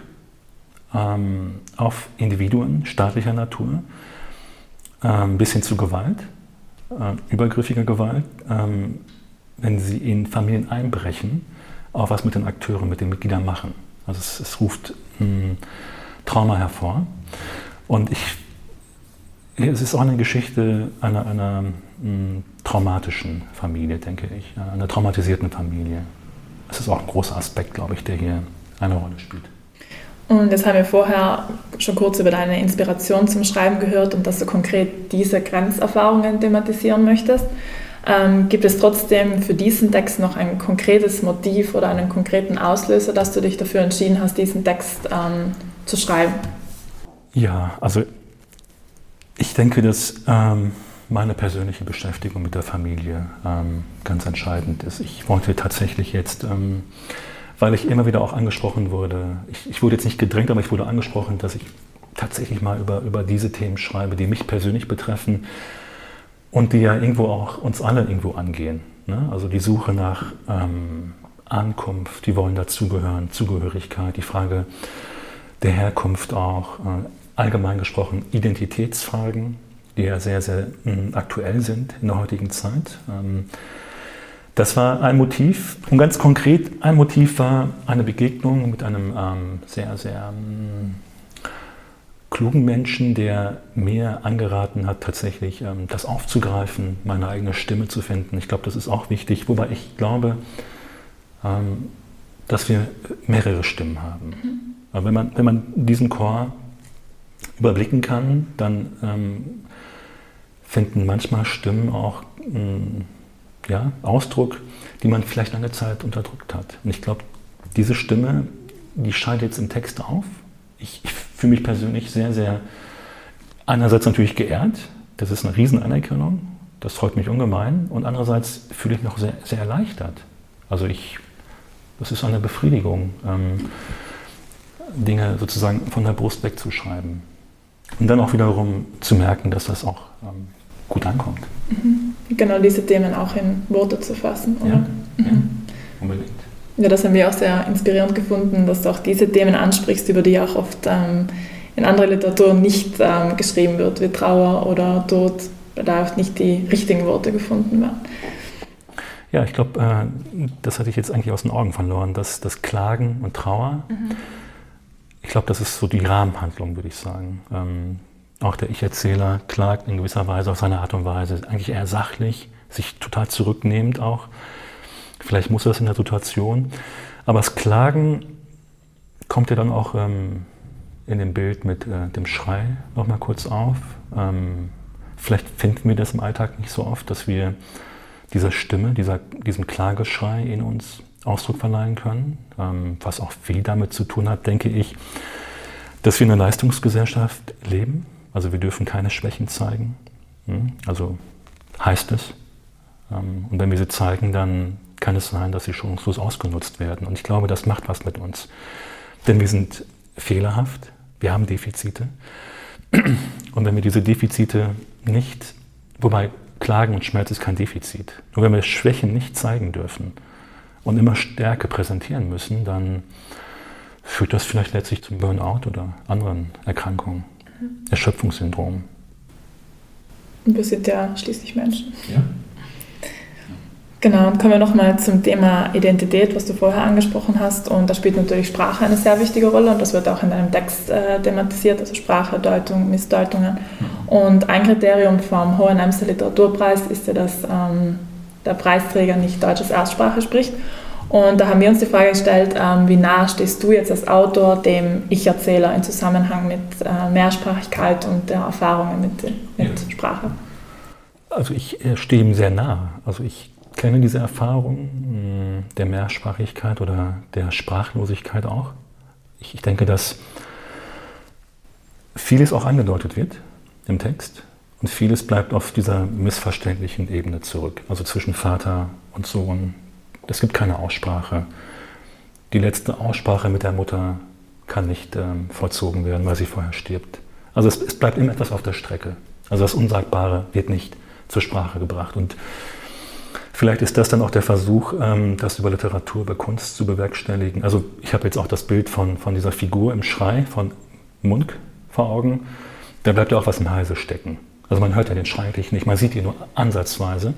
auf Individuen staatlicher Natur bis hin zu Gewalt, übergriffiger Gewalt, wenn sie in Familien einbrechen, auch was mit den Akteuren, mit den Mitgliedern machen. Also es ruft Trauma hervor. Und es ist auch eine Geschichte einer traumatischen Familie, denke ich, einer traumatisierten Familie. Das ist auch ein großer Aspekt, glaube ich, der hier eine Rolle spielt. Und jetzt haben wir vorher schon kurz über deine Inspiration zum Schreiben gehört und dass du konkret diese Grenzerfahrungen thematisieren möchtest. Gibt es trotzdem für diesen Text noch ein konkretes Motiv oder einen konkreten Auslöser, dass du dich dafür entschieden hast, diesen Text zu schreiben? Ja, also ich denke, dass meine persönliche Beschäftigung mit der Familie ganz entscheidend ist. Ich wollte tatsächlich jetzt, weil ich immer wieder auch angesprochen wurde, ich wurde jetzt nicht gedrängt, aber ich wurde angesprochen, dass ich tatsächlich mal über diese Themen schreibe, die mich persönlich betreffen. Und die ja irgendwo auch uns alle irgendwo angehen. Ne? Also die Suche nach Ankunft, die wollen dazugehören, Zugehörigkeit, die Frage der Herkunft auch, allgemein gesprochen Identitätsfragen, die ja sehr, sehr aktuell sind in der heutigen Zeit. Das war ein Motiv und ganz konkret ein Motiv war eine Begegnung mit einem sehr, sehr klugen Menschen, der mir angeraten hat, tatsächlich das aufzugreifen, meine eigene Stimme zu finden. Ich glaube, das ist auch wichtig, wobei ich glaube, dass wir mehrere Stimmen haben. Aber wenn man diesen Chor überblicken kann, dann finden manchmal Stimmen auch Ausdruck, die man vielleicht lange Zeit unterdrückt hat. Und ich glaube, diese Stimme, die scheint jetzt im Text auf. Ich fühle mich persönlich sehr, sehr einerseits natürlich geehrt, das ist eine Riesenanerkennung, das freut mich ungemein, und andererseits fühle ich mich auch sehr, sehr erleichtert. Also das ist eine Befriedigung, Dinge sozusagen von der Brust wegzuschreiben und dann auch wiederum zu merken, dass das auch gut ankommt. Genau, diese Themen auch in Worte zu fassen, oder? Ja, unbedingt. Ja, das haben wir auch sehr inspirierend gefunden, dass du auch diese Themen ansprichst, über die auch oft in anderer Literatur nicht geschrieben wird, wie Trauer oder Tod, weil da oft nicht die richtigen Worte gefunden werden. Ja, ich glaube, das hatte ich jetzt eigentlich aus den Augen verloren, das Klagen und Trauer. Ich glaube, das ist so die Rahmenhandlung, würde ich sagen. Auch der Ich-Erzähler klagt in gewisser Weise auf seine Art und Weise, eigentlich eher sachlich, sich total zurücknehmend auch. Vielleicht muss das in der Situation. Aber das Klagen kommt ja dann auch in dem Bild mit dem Schrei noch mal kurz auf. Vielleicht finden wir das im Alltag nicht so oft, dass wir dieser Stimme, diesem Klageschrei in uns Ausdruck verleihen können. Was auch viel damit zu tun hat, denke ich, dass wir in einer Leistungsgesellschaft leben. Also wir dürfen keine Schwächen zeigen. Also heißt es. Und wenn wir sie zeigen, dann kann es sein, dass sie chancenlos ausgenutzt werden. Und ich glaube, das macht was mit uns. Denn wir sind fehlerhaft, wir haben Defizite. Und wenn wir diese Defizite nicht, wobei Klagen und Schmerz ist kein Defizit, nur wenn wir Schwächen nicht zeigen dürfen und immer Stärke präsentieren müssen, dann führt das vielleicht letztlich zum Burnout oder anderen Erkrankungen, Erschöpfungssyndrom. Und wir sind ja schließlich Menschen. Ja. Genau, und kommen wir nochmal zum Thema Identität, was du vorher angesprochen hast. Und da spielt natürlich Sprache eine sehr wichtige Rolle und das wird auch in deinem Text thematisiert, also Sprache, Deutung, Missdeutungen. Und ein Kriterium vom Hohenemser Literaturpreis ist ja, dass der Preisträger nicht Deutsch als Erstsprache spricht. Und da haben wir uns die Frage gestellt, wie nah stehst du jetzt als Autor dem Ich-Erzähler im Zusammenhang mit Mehrsprachigkeit und der Erfahrungen mit Sprache? Also ich stehe ihm sehr nah. Also ich kenne diese Erfahrung der Mehrsprachigkeit oder der Sprachlosigkeit auch. Ich denke, dass vieles auch angedeutet wird im Text und vieles bleibt auf dieser missverständlichen Ebene zurück. Also zwischen Vater und Sohn. Es gibt keine Aussprache. Die letzte Aussprache mit der Mutter kann nicht vollzogen werden, weil sie vorher stirbt. Also es bleibt immer etwas auf der Strecke. Also das Unsagbare wird nicht zur Sprache gebracht. Und vielleicht ist das dann auch der Versuch, das über Literatur, über Kunst zu bewerkstelligen. Also ich habe jetzt auch das Bild von dieser Figur im Schrei von Munch vor Augen. Da bleibt ja auch was im Halse stecken. Also man hört ja den Schrei eigentlich nicht, man sieht ihn nur ansatzweise.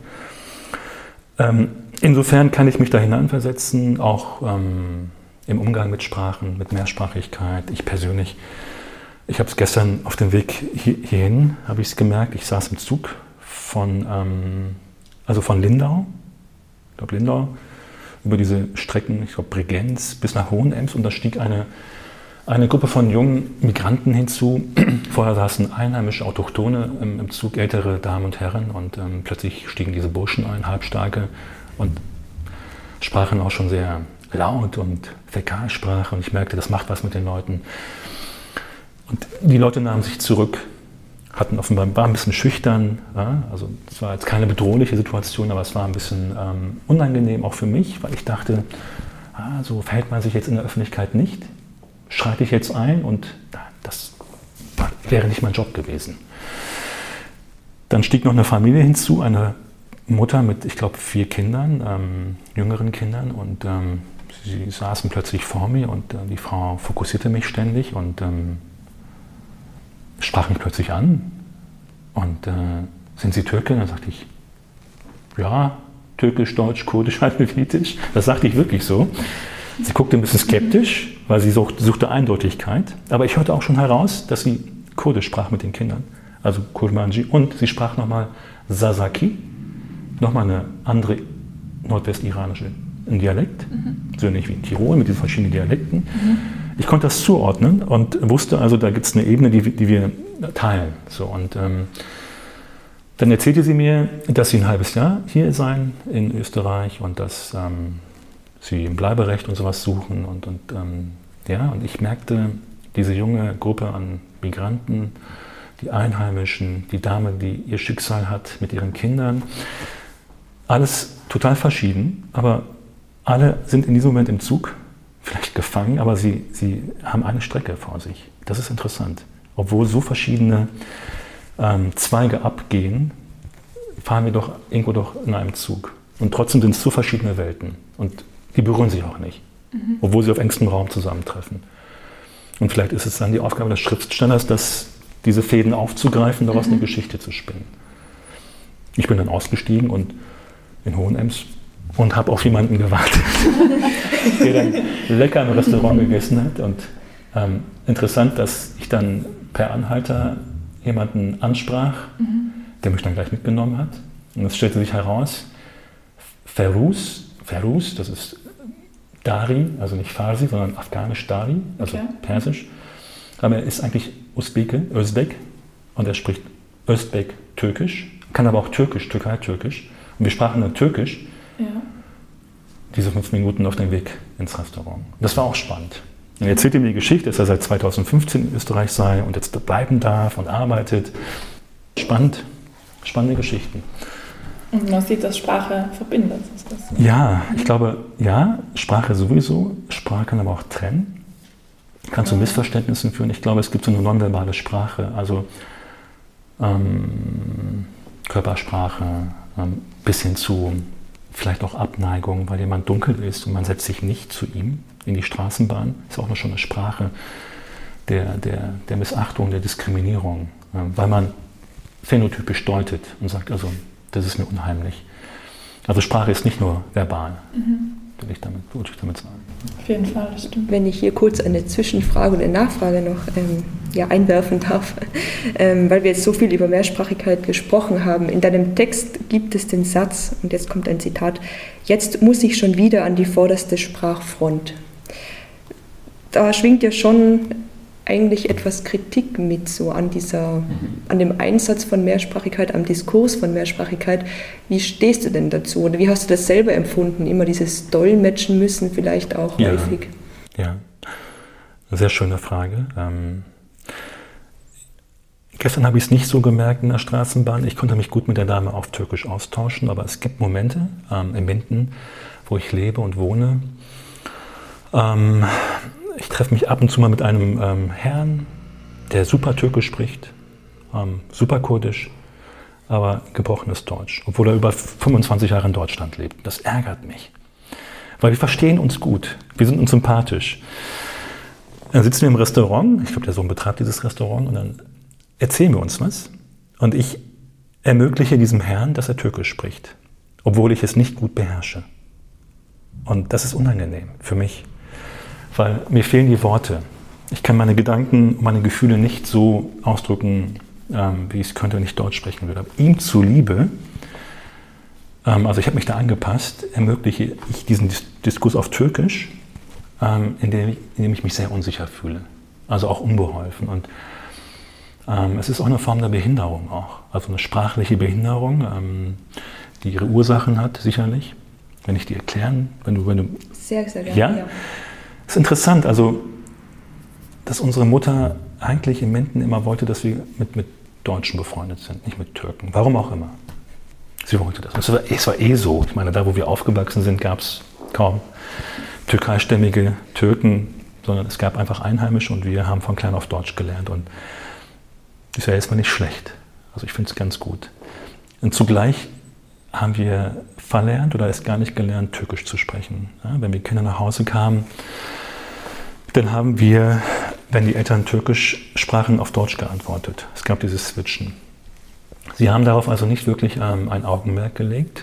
Insofern kann ich mich da hineinversetzen, auch im Umgang mit Sprachen, mit Mehrsprachigkeit. Ich persönlich, ich habe es gestern auf dem Weg hierhin, habe ich es gemerkt, ich saß im Zug von Lindau, ich glaube Lindau, über diese Strecken, ich glaube Bregenz bis nach Hohenems, und da stieg eine eine Gruppe von jungen Migranten hinzu. Vorher saßen einheimische Autochtone im Zug, ältere Damen und Herren, und plötzlich stiegen diese Burschen ein, Halbstarke, und sprachen auch schon sehr laut und Fäkalsprache, und ich merkte, das macht was mit den Leuten. Und die Leute nahmen sich zurück, waren ein bisschen schüchtern, ja? Also es war jetzt keine bedrohliche Situation, aber es war ein bisschen unangenehm auch für mich, weil ich dachte, so verhält man sich jetzt in der Öffentlichkeit nicht, schreite ich jetzt ein, und das wäre nicht mein Job gewesen. Dann stieg noch eine Familie hinzu, eine Mutter mit, ich glaube, 4 Kindern, jüngeren Kindern, und sie saßen plötzlich vor mir, und die Frau fokussierte mich ständig und sprach mich plötzlich an. Und sind Sie Türkin? Dann sagte ich, ja, Türkisch, Deutsch, Kurdisch, Alevitisch. Das sagte ich wirklich so. Sie guckte ein bisschen skeptisch, weil sie suchte Eindeutigkeit. Aber ich hörte auch schon heraus, dass sie Kurdisch sprach mit den Kindern, also Kurmanji. Und sie sprach nochmal Sasaki, nochmal eine andere nordwestiranische Dialekt, so ähnlich wie in Tirol mit diesen verschiedenen Dialekten. Ich konnte das zuordnen und wusste also, da gibt es eine Ebene, die wir teilen. So, und dann erzählte sie mir, dass sie ein halbes Jahr hier seien in Österreich und dass sie ein Bleiberecht und sowas suchen. Und ich merkte, diese junge Gruppe an Migranten, die Einheimischen, die Dame, die ihr Schicksal hat mit ihren Kindern, alles total verschieden, aber alle sind in diesem Moment im Zug, vielleicht gefangen, aber sie haben eine Strecke vor sich. Das ist interessant. Obwohl so verschiedene Zweige abgehen, fahren wir doch irgendwo in einem Zug. Und trotzdem sind es so verschiedene Welten. Und die berühren sich auch nicht, obwohl sie auf engstem Raum zusammentreffen. Und vielleicht ist es dann die Aufgabe des Schriftstellers, diese Fäden aufzugreifen, daraus eine Geschichte zu spinnen. Ich bin dann ausgestiegen und in Hohenems und habe auf jemanden gewartet, der dann lecker im Restaurant gegessen hat. Und interessant, dass ich dann per Anhalter jemanden ansprach, der mich dann gleich mitgenommen hat. Und es stellte sich heraus, Feruz, das ist Dari, also nicht Farsi, sondern afghanisch Dari, also Persisch. Aber er ist eigentlich Özbek, und er spricht Özbek-Türkisch, kann aber auch Türkisch, Türkei-Türkisch. Und wir sprachen dann Türkisch, diese 5 Minuten auf dem Weg ins Restaurant. Das war auch spannend. Und er erzählte mir die Geschichte, dass er seit 2015 in Österreich sei und jetzt bleiben darf und arbeitet. Spannende Geschichten. Und man sieht, dass Sprache verbindet. Ist das so? Ja, ich glaube, Sprache sowieso. Sprache kann aber auch trennen. Kann zu Missverständnissen führen. Ich glaube, es gibt so eine nonverbale Sprache, also Körpersprache, bis hin zu vielleicht auch Abneigung, weil jemand dunkel ist und man setzt sich nicht zu ihm in die Straßenbahn. Das ist auch noch schon eine Sprache der Missachtung, der Diskriminierung, weil man phänotypisch deutet und sagt, also das ist mir unheimlich. Also Sprache ist nicht nur verbal, würde ich damit sagen. Auf jeden Fall, das stimmt. Wenn ich hier kurz eine Zwischenfrage oder eine Nachfrage noch einwerfen darf, weil wir jetzt so viel über Mehrsprachigkeit gesprochen haben. In deinem Text gibt es den Satz, und jetzt kommt ein Zitat, jetzt muss ich schon wieder an die vorderste Sprachfront. Da schwingt ja schon eigentlich etwas Kritik mit, so an dem Einsatz von Mehrsprachigkeit, am Diskurs von Mehrsprachigkeit. Wie stehst du denn dazu? Oder wie hast du das selber empfunden? Immer dieses Dolmetschen müssen vielleicht auch häufig? Ja, eine sehr schöne Frage. Gestern habe ich es nicht so gemerkt in der Straßenbahn. Ich konnte mich gut mit der Dame auf Türkisch austauschen, aber es gibt Momente in Minden, wo ich lebe und wohne. Ich treffe mich ab und zu mal mit einem Herrn, der super Türkisch spricht, super Kurdisch, aber gebrochenes Deutsch, obwohl er über 25 Jahre in Deutschland lebt. Das ärgert mich, weil wir verstehen uns gut, wir sind uns sympathisch. Dann sitzen wir im Restaurant, ich glaube, der Sohn betreibt dieses Restaurant, und dann erzählen wir uns was. Und ich ermögliche diesem Herrn, dass er Türkisch spricht, obwohl ich es nicht gut beherrsche. Und das ist unangenehm für mich. Weil mir fehlen die Worte. Ich kann meine Gedanken, meine Gefühle nicht so ausdrücken, wie ich es könnte, wenn ich Deutsch sprechen würde. Aber ihm zuliebe, also ich habe mich da angepasst, ermögliche ich diesen Diskurs auf Türkisch, in dem ich mich sehr unsicher fühle. also auch unbeholfen. Und es ist auch eine Form der Behinderung auch, also eine sprachliche Behinderung, die ihre Ursachen hat, sicherlich. Wenn ich die erklären, wenn du sehr, sehr gerne. Ja? Das ist interessant, also dass unsere Mutter eigentlich in Minden immer wollte, dass wir mit Deutschen befreundet sind, nicht mit Türken. Warum auch immer. Sie wollte das. Es war eh so. Ich meine, da wo wir aufgewachsen sind, gab es kaum türkeistämmige Türken, sondern es gab einfach Einheimische und wir haben von klein auf Deutsch gelernt. Und das ist ja erstmal nicht schlecht. Also ich finde es ganz gut. Und zugleich haben wir verlernt oder erst gar nicht gelernt, Türkisch zu sprechen. Ja, wenn wir Kinder nach Hause kamen, dann haben wir, wenn die Eltern Türkisch sprachen, auf Deutsch geantwortet. Es gab dieses Switchen. Sie haben darauf also nicht wirklich ein Augenmerk gelegt.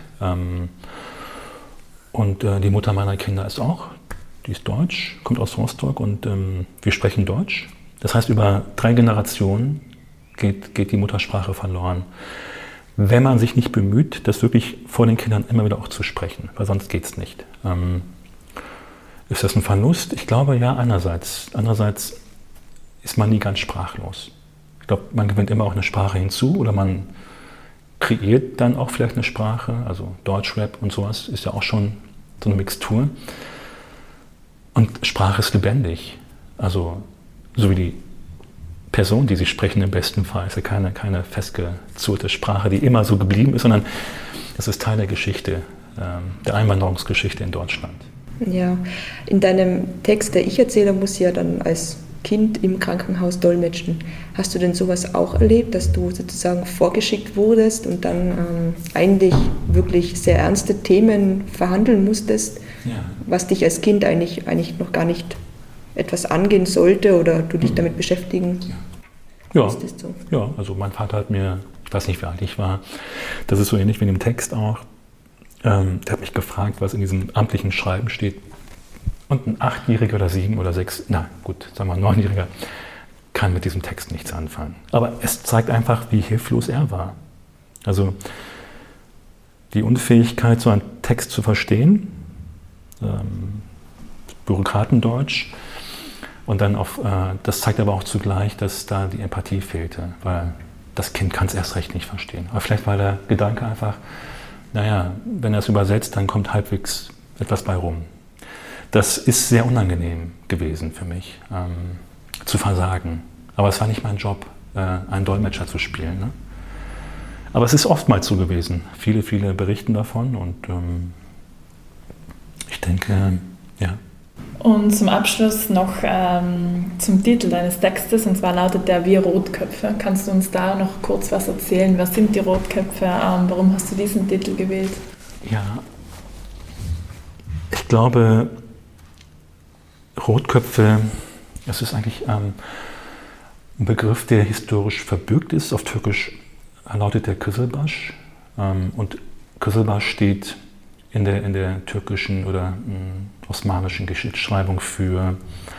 Und die Mutter meiner Kinder ist auch, die ist deutsch, kommt aus Rostock und wir sprechen Deutsch. Das heißt, über 3 Generationen geht die Muttersprache verloren. Wenn man sich nicht bemüht, das wirklich vor den Kindern immer wieder auch zu sprechen, weil sonst geht es nicht. Ist das ein Verlust? Ich glaube ja, einerseits. Andererseits ist man nie ganz sprachlos. Ich glaube, man gewinnt immer auch eine Sprache hinzu oder man kreiert dann auch vielleicht eine Sprache, also Deutschrap und sowas ist ja auch schon so eine Mixtur. Und Sprache ist lebendig. Also so wie die Person, die sie sprechen, im besten Fall ist ja keine festgezurrte Sprache, die immer so geblieben ist, sondern es ist Teil der Geschichte, der Einwanderungsgeschichte in Deutschland. Ja, in deinem Text, der Ich-Erzähler muss ja dann als Kind im Krankenhaus dolmetschen. Hast du denn sowas auch erlebt, dass du sozusagen vorgeschickt wurdest und dann eigentlich wirklich sehr ernste Themen verhandeln musstest, was dich als Kind eigentlich noch gar nicht etwas angehen sollte oder du dich damit beschäftigen musstest? So? Ja, also mein Vater hat mir, ich weiß nicht, wie alt ich war, das ist so ähnlich wie in dem Text auch, der hat mich gefragt, was in diesem amtlichen Schreiben steht. Und ein 8-Jähriger oder 7 oder 6, na gut, sagen wir 9-Jähriger, kann mit diesem Text nichts anfangen. Aber es zeigt einfach, wie hilflos er war. Also die Unfähigkeit, so einen Text zu verstehen, Bürokratendeutsch, und dann das zeigt aber auch zugleich, dass da die Empathie fehlte, weil das Kind kann es erst recht nicht verstehen. Aber vielleicht war der Gedanke einfach, naja, wenn er es übersetzt, dann kommt halbwegs etwas bei rum. Das ist sehr unangenehm gewesen für mich, zu versagen. Aber es war nicht mein Job, einen Dolmetscher zu spielen. Ne? Aber es ist oftmals so gewesen. Viele, viele berichten davon und ich denke, ja. Und zum Abschluss noch zum Titel deines Textes, und zwar lautet der Wir Rotköpfe. Kannst du uns da noch kurz was erzählen? Was sind die Rotköpfe? Warum hast du diesen Titel gewählt? Ja, ich glaube, Rotköpfe, das ist eigentlich ein Begriff, der historisch verbürgt ist. Auf Türkisch lautet der Kızılbaş. Und Kızılbaş steht in der türkischen oder osmanischen Geschichtsschreibung für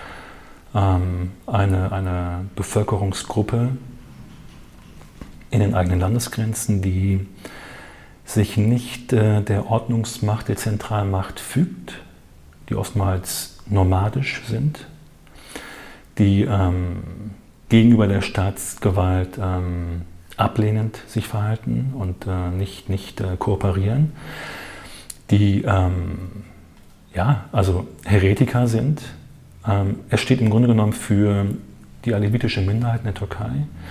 eine Bevölkerungsgruppe in den eigenen Landesgrenzen, die sich nicht der Ordnungsmacht, der Zentralmacht fügt, die oftmals nomadisch sind, die gegenüber der Staatsgewalt ablehnend sich verhalten und nicht kooperieren, die also Heretiker sind. Es steht im Grunde genommen für die alevitische Minderheit in der Türkei.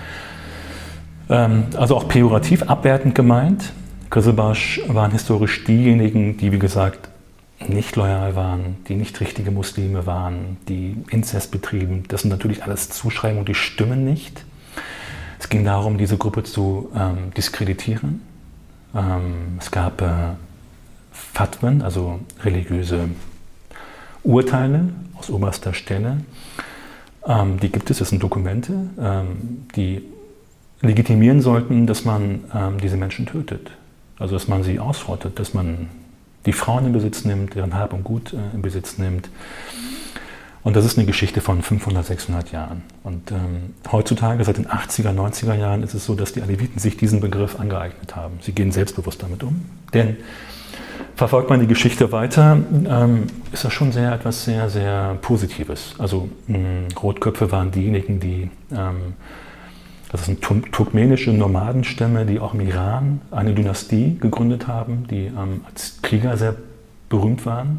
Also auch pejorativ, abwertend gemeint. Kızılbaş waren historisch diejenigen, die, wie gesagt, nicht loyal waren, die nicht richtige Muslime waren, die Inzest betrieben. Das sind natürlich alles Zuschreibungen, die stimmen nicht. Es ging darum, diese Gruppe zu diskreditieren. Es gab Fatwen, also religiöse Urteile aus oberster Stelle. Die gibt es, das sind Dokumente, die legitimieren sollten, dass man diese Menschen tötet. Also dass man sie ausrottet, dass man die Frauen in Besitz nimmt, deren Hab und Gut in Besitz nimmt. Und das ist eine Geschichte von 500, 600 Jahren. Und heutzutage, seit den 80er, 90er Jahren, ist es so, dass die Aleviten sich diesen Begriff angeeignet haben. Sie gehen selbstbewusst damit um. Denn verfolgt man die Geschichte weiter, ist das schon etwas sehr, sehr Positives. Also Rotköpfe waren diejenigen, die, das sind turkmenische Nomadenstämme, die auch im Iran eine Dynastie gegründet haben, die als Krieger sehr berühmt waren.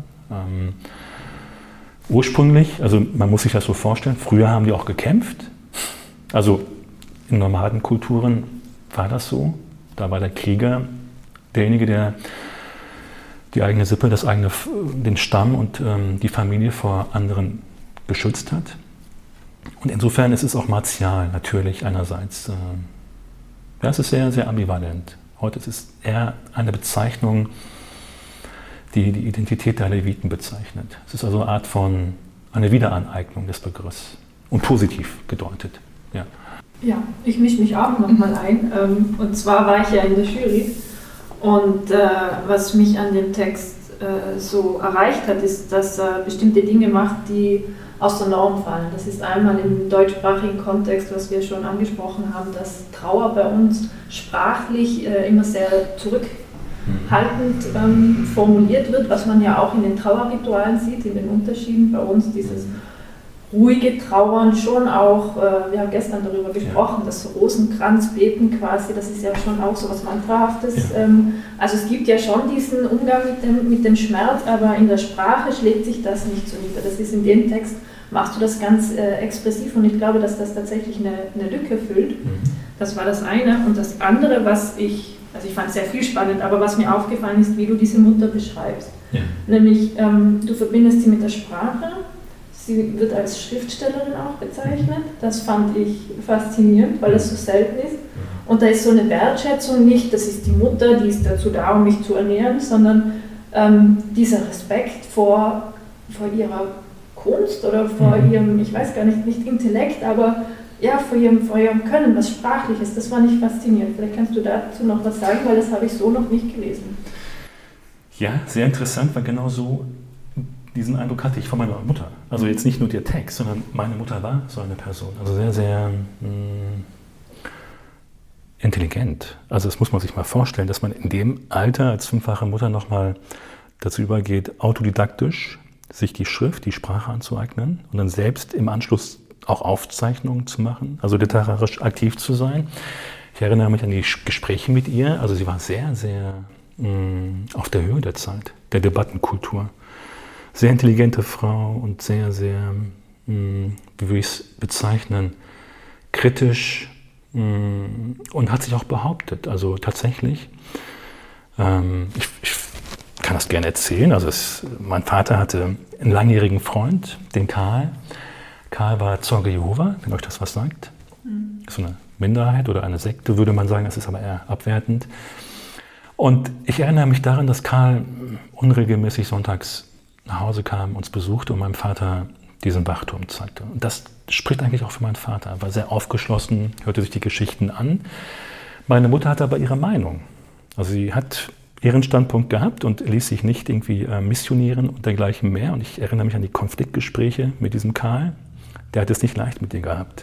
Ursprünglich, also man muss sich das so vorstellen, früher haben die auch gekämpft. Also in Nomadenkulturen war das so. Da war der Krieger derjenige, der die eigene Sippe, den Stamm und die Familie vor anderen geschützt hat. Und insofern ist es auch martial, natürlich einerseits. Ja, es ist sehr, sehr ambivalent. Heute ist es eher eine Bezeichnung, die die Identität der Aleviten bezeichnet. Es ist also eine Art von eine Wiederaneignung des Begriffs und positiv gedeutet. Ja, ja, ich mische mich auch nochmal ein. Und zwar war ich ja in der Jury. Und was mich an dem Text so erreicht hat, ist, dass er bestimmte Dinge macht, die aus der Norm fallen. Das ist einmal im deutschsprachigen Kontext, was wir schon angesprochen haben, dass Trauer bei uns sprachlich immer sehr zurückhaltend formuliert wird, was man ja auch in den Trauerritualen sieht, in den Unterschieden. Bei uns dieses ruhige Trauern schon auch, wir haben gestern darüber gesprochen, das Rosenkranzbeten quasi, das ist ja schon auch so was Mantrahaftes. Ja. Also es gibt ja schon diesen Umgang mit dem Schmerz, aber in der Sprache schlägt sich das nicht so nieder. Das ist in dem Text, machst du das ganz expressiv und ich glaube, dass das tatsächlich eine Lücke füllt. Das war das eine. Und das andere, ich fand es sehr viel spannend, aber was mir aufgefallen ist, wie du diese Mutter beschreibst. Ja. Nämlich, du verbindest sie mit der Sprache. Sie wird als Schriftstellerin auch bezeichnet. Das fand ich faszinierend, weil es so selten ist. Und da ist so eine Wertschätzung nicht, das ist die Mutter, die ist dazu da, um mich zu ernähren, sondern dieser Respekt vor ihrer Kunst oder vor ihrem, ich weiß gar nicht Intellekt, aber ja, vor ihrem Können, was Sprachliches. Das fand ich faszinierend. Vielleicht kannst du dazu noch was sagen, weil das habe ich so noch nicht gelesen. Ja, sehr interessant, weil genau so diesen Eindruck hatte ich von meiner Mutter. Also jetzt nicht nur der Text, sondern meine Mutter war so eine Person. Also sehr, sehr intelligent. Also das muss man sich mal vorstellen, dass man in dem Alter als 5-fache Mutter nochmal dazu übergeht, autodidaktisch sich die Schrift, die Sprache anzueignen und dann selbst im Anschluss auch Aufzeichnungen zu machen, also literarisch aktiv zu sein. Ich erinnere mich an die Gespräche mit ihr. Also sie war sehr, sehr auf der Höhe der Zeit, der Debattenkultur. Sehr intelligente Frau und sehr, sehr, wie würde ich es bezeichnen, kritisch und hat sich auch behauptet. Also tatsächlich, ich kann das gerne erzählen. Also mein Vater hatte einen langjährigen Freund, den Karl. Karl war Zeuge Jehova, wenn euch das was sagt. Das ist so eine Minderheit oder eine Sekte, würde man sagen. Das ist aber eher abwertend. Und ich erinnere mich daran, dass Karl unregelmäßig sonntags nach Hause kam, uns besuchte und meinem Vater diesen Wachturm zeigte. Und das spricht eigentlich auch für meinen Vater. Er war sehr aufgeschlossen, hörte sich die Geschichten an. Meine Mutter hatte aber ihre Meinung. Also sie hat ihren Standpunkt gehabt und ließ sich nicht irgendwie missionieren und dergleichen mehr. Und ich erinnere mich an die Konfliktgespräche mit diesem Karl. Der hat es nicht leicht mit ihr gehabt.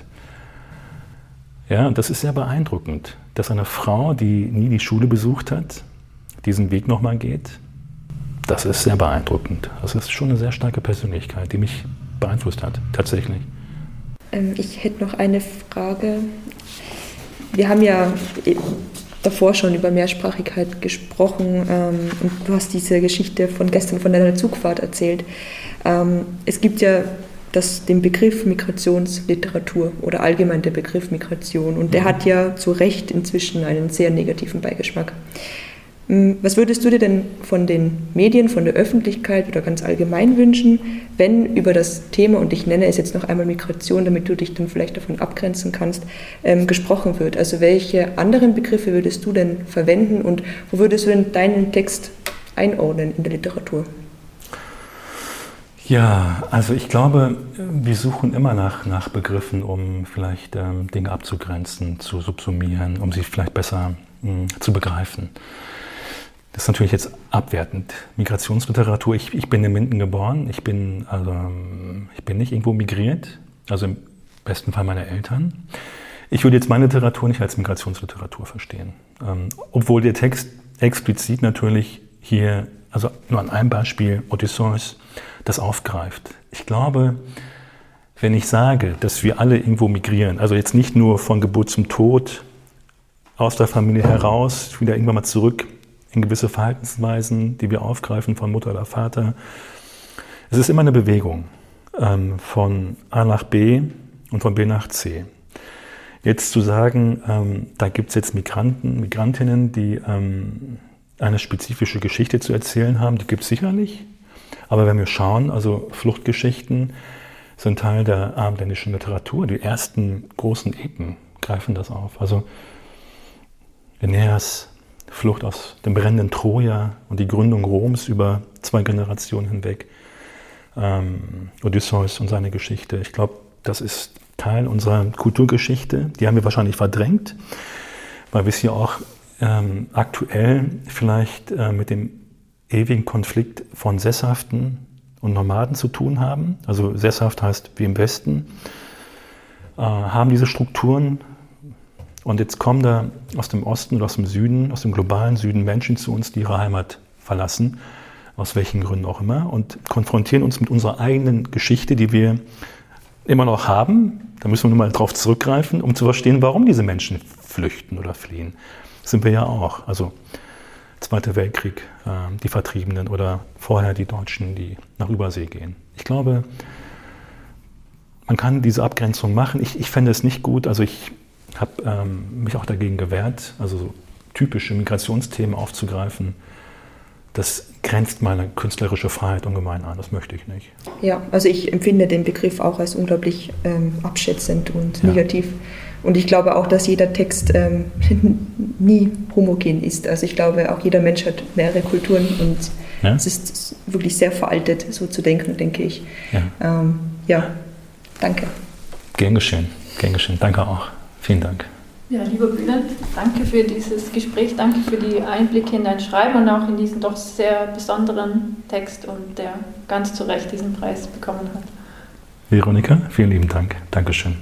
Ja, und das ist sehr beeindruckend, dass eine Frau, die nie die Schule besucht hat, diesen Weg nochmal geht. Das ist sehr beeindruckend. Das ist schon eine sehr starke Persönlichkeit, die mich beeinflusst hat, tatsächlich. Ich hätte noch eine Frage. Wir haben ja davor schon über Mehrsprachigkeit gesprochen und du hast diese Geschichte von gestern von deiner Zugfahrt erzählt. Es gibt ja den Begriff Migrationsliteratur oder allgemein der Begriff Migration und der hat ja zu Recht inzwischen einen sehr negativen Beigeschmack. Was würdest du dir denn von den Medien, von der Öffentlichkeit oder ganz allgemein wünschen, wenn über das Thema, und ich nenne es jetzt noch einmal Migration, damit du dich dann vielleicht davon abgrenzen kannst, gesprochen wird? Also welche anderen Begriffe würdest du denn verwenden und wo würdest du denn deinen Text einordnen in der Literatur? Ja, also ich glaube, wir suchen immer nach Begriffen, um vielleicht Dinge abzugrenzen, zu subsumieren, um sie vielleicht besser zu begreifen. Das ist natürlich jetzt abwertend. Migrationsliteratur, ich bin in Minden geboren, ich bin nicht irgendwo migriert, also im besten Fall meine Eltern. Ich würde jetzt meine Literatur nicht als Migrationsliteratur verstehen, obwohl der Text explizit natürlich hier also nur an einem Beispiel Odysseus, das aufgreift. Ich glaube, wenn ich sage, dass wir alle irgendwo migrieren, also jetzt nicht nur von Geburt zum Tod, aus der Familie heraus, wieder irgendwann mal zurück in gewisse Verhaltensweisen, die wir aufgreifen von Mutter oder Vater. Es ist immer eine Bewegung von A nach B und von B nach C. Jetzt zu sagen, da gibt es jetzt Migranten, Migrantinnen, die eine spezifische Geschichte zu erzählen haben, die gibt es sicherlich. Aber wenn wir schauen, also Fluchtgeschichten sind Teil der abendländischen Literatur. Die ersten großen Epen greifen das auf. Also Aeneas Flucht aus dem brennenden Troja und die Gründung Roms über 2 Generationen hinweg. Odysseus und seine Geschichte. Ich glaube, das ist Teil unserer Kulturgeschichte. Die haben wir wahrscheinlich verdrängt, weil wir es hier auch aktuell vielleicht mit dem ewigen Konflikt von Sesshaften und Nomaden zu tun haben. Also sesshaft heißt wie im Westen, haben diese Strukturen. Und jetzt kommen da aus dem Osten oder aus dem Süden, aus dem globalen Süden Menschen zu uns, die ihre Heimat verlassen, aus welchen Gründen auch immer, und konfrontieren uns mit unserer eigenen Geschichte, die wir immer noch haben. Da müssen wir nur mal drauf zurückgreifen, um zu verstehen, warum diese Menschen flüchten oder fliehen. Das sind wir ja auch. Also Zweiter Weltkrieg, die Vertriebenen oder vorher die Deutschen, die nach Übersee gehen. Ich glaube, man kann diese Abgrenzung machen. Ich fände es nicht gut. Also ich habe mich auch dagegen gewehrt, also so typische Migrationsthemen aufzugreifen. Das grenzt meine künstlerische Freiheit ungemein an. Das möchte ich nicht. Ja, also ich empfinde den Begriff auch als unglaublich abschätzend und negativ. Und ich glaube auch, dass jeder Text nie homogen ist. Also ich glaube, auch jeder Mensch hat mehrere Kulturen und es ist wirklich sehr veraltet, so zu denken, denke ich. Danke. Gern geschehen. Danke auch. Vielen Dank. Ja, lieber Bülent, danke für dieses Gespräch, danke für die Einblicke in dein Schreiben und auch in diesen doch sehr besonderen Text, und der ganz zu Recht diesen Preis bekommen hat. Veronika, vielen lieben Dank. Dankeschön.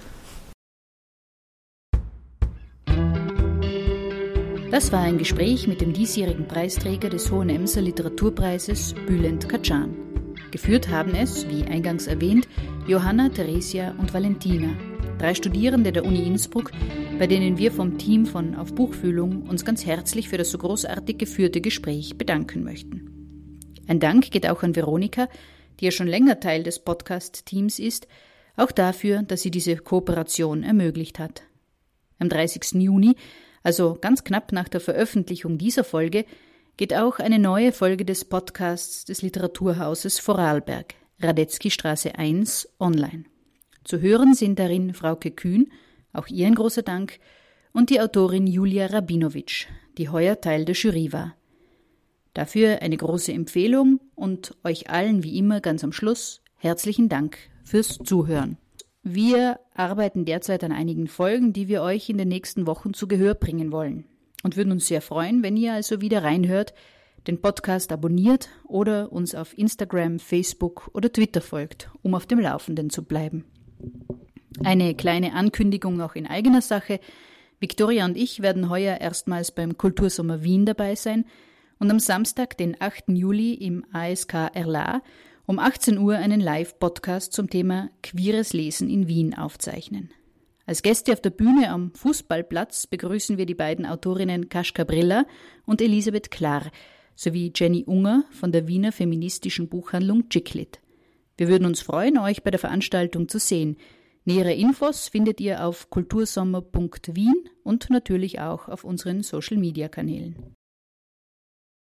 Das war ein Gespräch mit dem diesjährigen Preisträger des Hohenemser Literaturpreises, Bülent Kacan. Geführt haben es, wie eingangs erwähnt, Johanna, Theresia und Valentina, 3 Studierende der Uni Innsbruck, bei denen wir vom Team von Auf Buchfühlung uns ganz herzlich für das so großartig geführte Gespräch bedanken möchten. Ein Dank geht auch an Veronika, die ja schon länger Teil des Podcast-Teams ist, auch dafür, dass sie diese Kooperation ermöglicht hat. Am 30. Juni, also ganz knapp nach der Veröffentlichung dieser Folge, geht auch eine neue Folge des Podcasts des Literaturhauses Vorarlberg, Radetzkystraße 1, online. Zu hören sind darin Frauke Kühn, auch ihr ein großer Dank, und die Autorin Julia Rabinowitsch, die heuer Teil der Jury war. Dafür eine große Empfehlung und euch allen wie immer ganz am Schluss herzlichen Dank fürs Zuhören. Wir arbeiten derzeit an einigen Folgen, die wir euch in den nächsten Wochen zu Gehör bringen wollen, und würden uns sehr freuen, wenn ihr also wieder reinhört, den Podcast abonniert oder uns auf Instagram, Facebook oder Twitter folgt, um auf dem Laufenden zu bleiben. Eine kleine Ankündigung noch in eigener Sache. Viktoria und ich werden heuer erstmals beim Kultursommer Wien dabei sein und am Samstag, den 8. Juli im ASK Erla um 18 Uhr einen Live-Podcast zum Thema queeres Lesen in Wien aufzeichnen. Als Gäste auf der Bühne am Fußballplatz begrüßen wir die beiden Autorinnen Kaschka Brilla und Elisabeth Klar sowie Jenny Unger von der Wiener feministischen Buchhandlung Chicklit. Wir würden uns freuen, euch bei der Veranstaltung zu sehen. Nähere Infos findet ihr auf kultursommer.wien und natürlich auch auf unseren Social-Media-Kanälen.